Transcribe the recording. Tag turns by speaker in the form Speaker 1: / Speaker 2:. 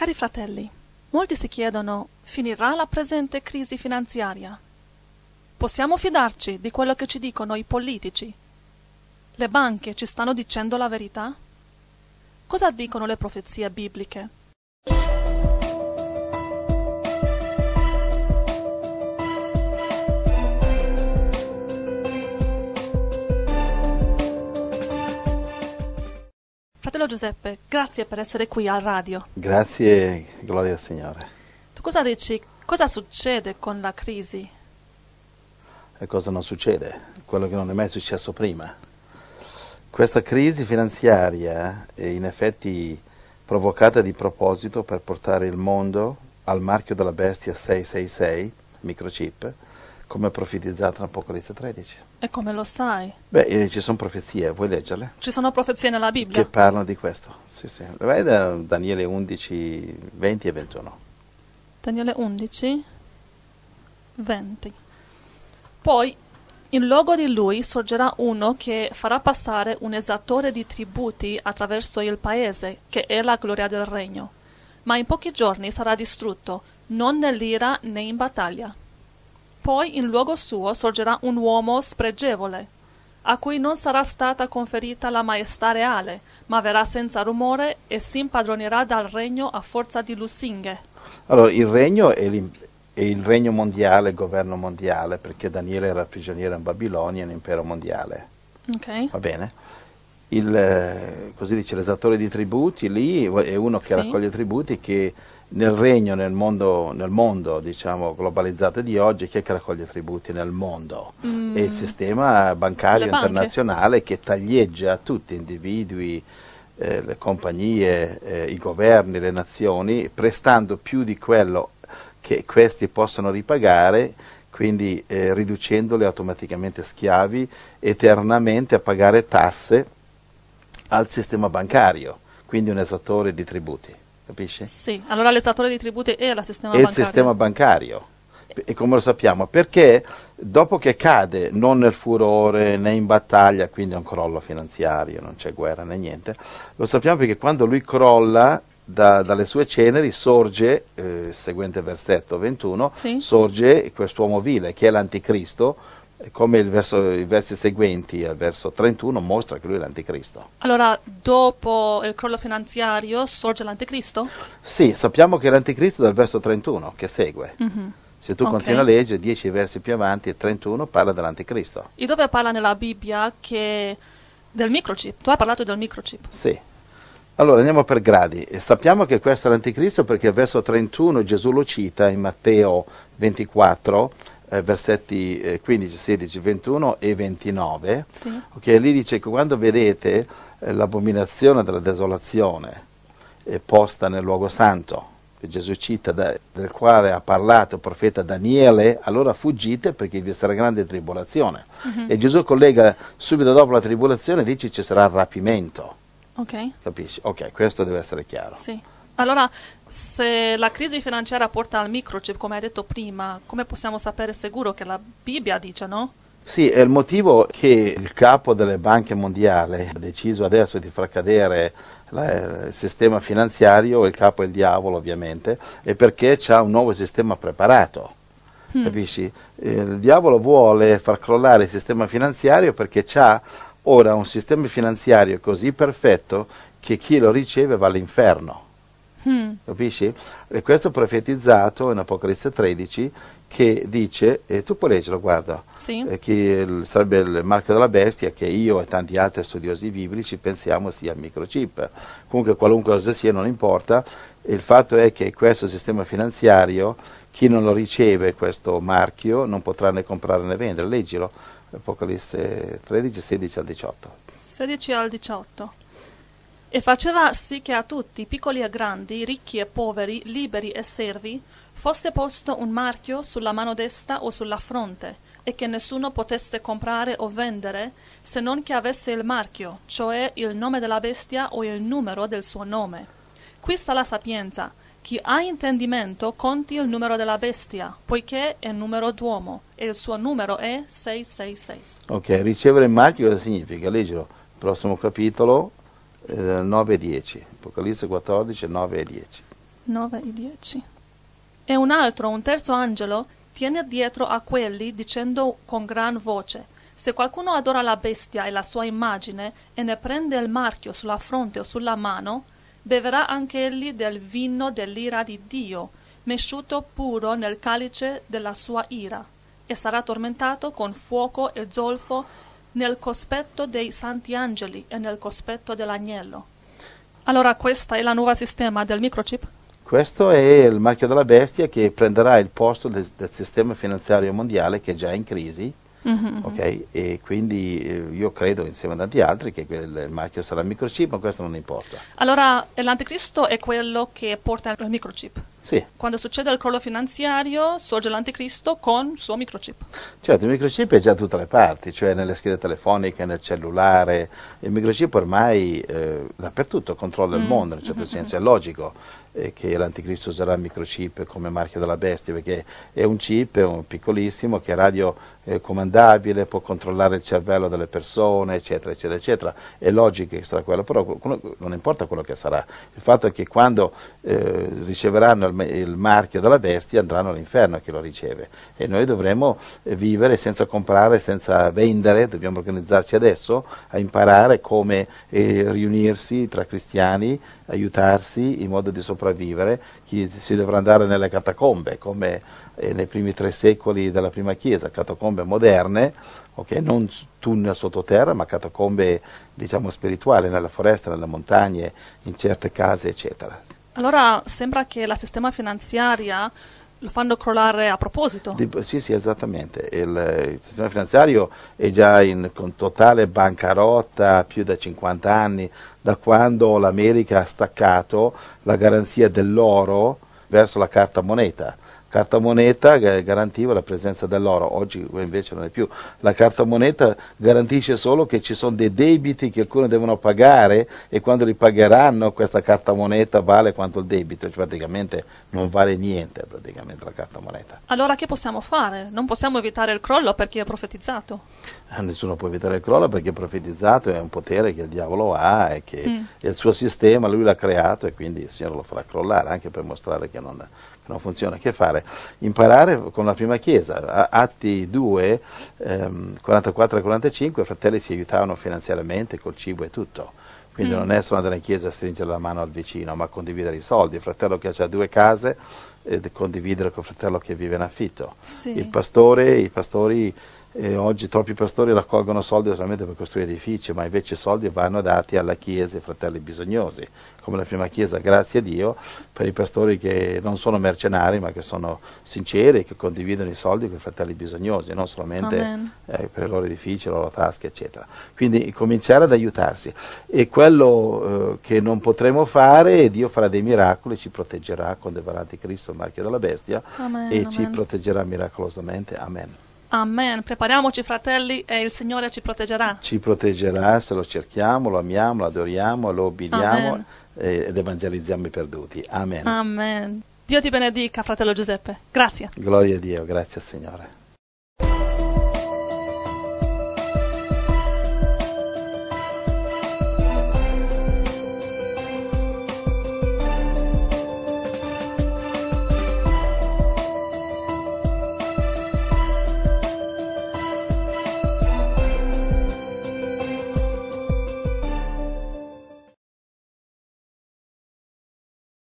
Speaker 1: Cari fratelli, molti si chiedono: finirà la presente crisi finanziaria? Possiamo fidarci di quello che ci dicono i politici? Le banche ci stanno dicendo la verità? Cosa dicono le profezie bibliche? Fratello Giuseppe, grazie per essere qui al radio.
Speaker 2: Grazie, gloria al Signore.
Speaker 1: Tu cosa dici? Cosa succede con la crisi?
Speaker 2: E cosa non succede? Quello che non è mai successo prima. Questa crisi finanziaria è in effetti provocata di proposito per portare il mondo al marchio della bestia 666, microchip, come profetizzato in Apocalisse 13.
Speaker 1: E come lo sai?
Speaker 2: Ci sono profezie, vuoi leggerle?
Speaker 1: Ci sono profezie nella Bibbia?
Speaker 2: Che parlano di questo. Sì. Vai da Daniele 11, 20 e 21.
Speaker 1: Daniele 11, 20. Poi, in luogo di lui sorgerà uno che farà passare un esattore di tributi attraverso il paese, che è la gloria del regno. Ma in pochi giorni sarà distrutto, non nell'ira né in battaglia. Poi in luogo suo sorgerà un uomo spregevole, a cui non sarà stata conferita la maestà reale, ma verrà senza rumore e si impadronerà dal regno a forza di lusinghe.
Speaker 2: Allora, il regno è il regno mondiale, il governo mondiale, perché Daniele era prigioniero in Babilonia, un impero mondiale.
Speaker 1: Ok.
Speaker 2: Va bene? Così dice l'esattore di tributi, lì è uno che raccoglie tributi, che nel regno, nel mondo diciamo globalizzato di oggi, chi è che raccoglie tributi nel mondo? È il sistema bancario internazionale che taglieggia tutti, individui, le compagnie, i governi, le nazioni, prestando più di quello che questi possono ripagare, quindi riducendoli automaticamente schiavi eternamente a pagare tasse al sistema bancario, quindi un esattore di tributi, capisci?
Speaker 1: Sì, allora l'esattore di tributi è il sistema
Speaker 2: bancario. È il sistema bancario. E come lo sappiamo? Perché dopo che cade, non nel furore né in battaglia, quindi è un crollo finanziario, non c'è guerra né niente, lo sappiamo perché quando lui crolla dalle sue ceneri sorge, seguente versetto 21, sorge quest'uomo vile che è l'anticristo, come i versi seguenti al verso 31 mostra che lui è l'anticristo.
Speaker 1: Allora, dopo il crollo finanziario sorge l'anticristo?
Speaker 2: Sì, sappiamo che è l'anticristo dal verso 31 che segue. Mm-hmm. Se tu continui a leggere 10 versi più avanti e 31 parla dell'anticristo.
Speaker 1: E dove parla nella Bibbia che del microchip? Tu hai parlato del microchip.
Speaker 2: Sì. Allora andiamo per gradi. E sappiamo che questo è l'anticristo perché il verso 31 Gesù lo cita in Matteo 24, versetti 15, 16, 21 e 29.
Speaker 1: Sì.
Speaker 2: Okay, lì dice che quando vedete l'abominazione della desolazione posta nel luogo santo, che Gesù cita, del quale ha parlato il profeta Daniele, allora fuggite perché vi sarà grande tribolazione. Mm-hmm. E Gesù collega subito dopo la tribolazione, dice ci sarà il rapimento.
Speaker 1: Ok.
Speaker 2: Capisci? Ok, questo deve essere chiaro.
Speaker 1: Sì. Allora, se la crisi finanziaria porta al microchip, come hai detto prima, come possiamo sapere sicuro che la Bibbia dice, no?
Speaker 2: Sì, è il motivo che il capo delle banche mondiali ha deciso adesso di far cadere il sistema finanziario, il capo è il diavolo ovviamente, è perché c'ha un nuovo sistema preparato. Capisci? Il diavolo vuole far crollare il sistema finanziario perché c'ha ora un sistema finanziario così perfetto che chi lo riceve va all'inferno. Capisci? E questo è profetizzato in Apocalisse 13 che dice, e tu puoi leggerlo, guarda, che sarebbe il marchio della bestia, che io e tanti altri studiosi biblici pensiamo sia il microchip. Comunque qualunque cosa sia non importa, il fatto è che questo sistema finanziario, chi non lo riceve questo marchio non potrà né comprare né vendere. Leggilo, Apocalisse 13, 16 al 18.
Speaker 1: 16 al 18. E faceva sì che a tutti, piccoli e grandi, ricchi e poveri, liberi e servi, fosse posto un marchio sulla mano destra o sulla fronte, e che nessuno potesse comprare o vendere, se non che avesse il marchio, cioè il nome della bestia o il numero del suo nome. Qui sta la sapienza. Chi ha intendimento conti il numero della bestia, poiché è numero d'uomo, e il suo numero è 666.
Speaker 2: Ok, ricevere il marchio cosa significa? Leggilo, prossimo capitolo, 9 e 10, Apocalisse 14, 9 e 10.
Speaker 1: 9 e 10. E un terzo angelo, tiene dietro a quelli, dicendo con gran voce: se qualcuno adora la bestia e la sua immagine, e ne prende il marchio sulla fronte o sulla mano, beverà anche egli del vino dell'ira di Dio, mesciuto puro nel calice della sua ira, e sarà tormentato con fuoco e zolfo nel cospetto dei santi angeli e nel cospetto dell'agnello. Allora questa è la nuova sistema del microchip?
Speaker 2: Questo è il marchio della bestia che prenderà il posto del sistema finanziario mondiale che è già in crisi. Ok? E quindi io credo, insieme a tanti altri, che il marchio sarà il microchip, ma questo non importa.
Speaker 1: Allora l'anticristo è quello che porta il microchip.
Speaker 2: Sì.
Speaker 1: Quando succede il crollo finanziario, sorge l'anticristo con il suo microchip.
Speaker 2: Certo, il microchip è già da tutte le parti, cioè nelle schede telefoniche, nel cellulare. Il microchip ormai dappertutto controlla il mondo, in un certo senso. È logico che l'anticristo userà il microchip come marchio della bestia, perché è un chip, è un piccolissimo, che è radiocomandabile, può controllare il cervello delle persone, eccetera, eccetera, eccetera. È logico che sarà quello, però non importa quello che sarà. Il fatto è che quando riceveranno il marchio della bestia andranno all'inferno chi lo riceve, e noi dovremo vivere senza comprare, senza vendere. Dobbiamo organizzarci adesso a imparare come riunirsi tra cristiani, aiutarsi in modo di sopravvivere. Chi si dovrà andare nelle catacombe come nei primi 3 secoli della prima chiesa, catacombe moderne, okay? Non tunnel sottoterra, ma catacombe diciamo spirituali nella foresta, nelle montagne, in certe case, eccetera.
Speaker 1: Allora sembra che la sistema finanziaria lo fanno crollare a proposito.
Speaker 2: Sì, esattamente. Il sistema finanziario è già con totale bancarotta più da 50 anni, da quando l'America ha staccato la garanzia dell'oro verso la carta moneta. Carta moneta garantiva la presenza dell'oro, oggi invece non è più. La carta moneta garantisce solo che ci sono dei debiti che alcuni devono pagare, e quando li pagheranno questa carta moneta vale quanto il debito, cioè praticamente non vale niente praticamente la carta moneta.
Speaker 1: Allora che possiamo fare? Non possiamo evitare il crollo perché è profetizzato.
Speaker 2: Nessuno può evitare il crollo perché è profetizzato, è un potere che il diavolo ha e che è il suo sistema, lui l'ha creato, e quindi il Signore lo farà crollare anche per mostrare che non funziona. Che fare? Imparare con la prima chiesa. Atti 2, 44 e 45, i fratelli si aiutavano finanziariamente col cibo e tutto. Quindi non è solo andare in chiesa a stringere la mano al vicino, ma condividere i soldi. Il fratello che ha 2 case, condividere col fratello che vive in affitto.
Speaker 1: Sì.
Speaker 2: I pastori, oggi troppi pastori raccolgono soldi solamente per costruire edifici, ma invece i soldi vanno dati alla chiesa, ai fratelli bisognosi, come la prima chiesa, grazie a Dio, per i pastori che non sono mercenari, ma che sono sinceri e che condividono i soldi con i fratelli bisognosi, non solamente per i loro edifici, le loro tasche, eccetera. Quindi cominciare ad aiutarsi. E quello che non potremo fare, Dio farà dei miracoli, ci proteggerà quando verrà l'anticristo, il marchio della bestia, ci proteggerà miracolosamente. Amen.
Speaker 1: Amen. Prepariamoci, fratelli, e il Signore ci proteggerà.
Speaker 2: Ci proteggerà se lo cerchiamo, lo amiamo, lo adoriamo, lo obbediamo ed evangelizziamo i perduti. Amen.
Speaker 1: Amen. Dio ti benedica, fratello Giuseppe. Grazie.
Speaker 2: Gloria a Dio, grazie al Signore.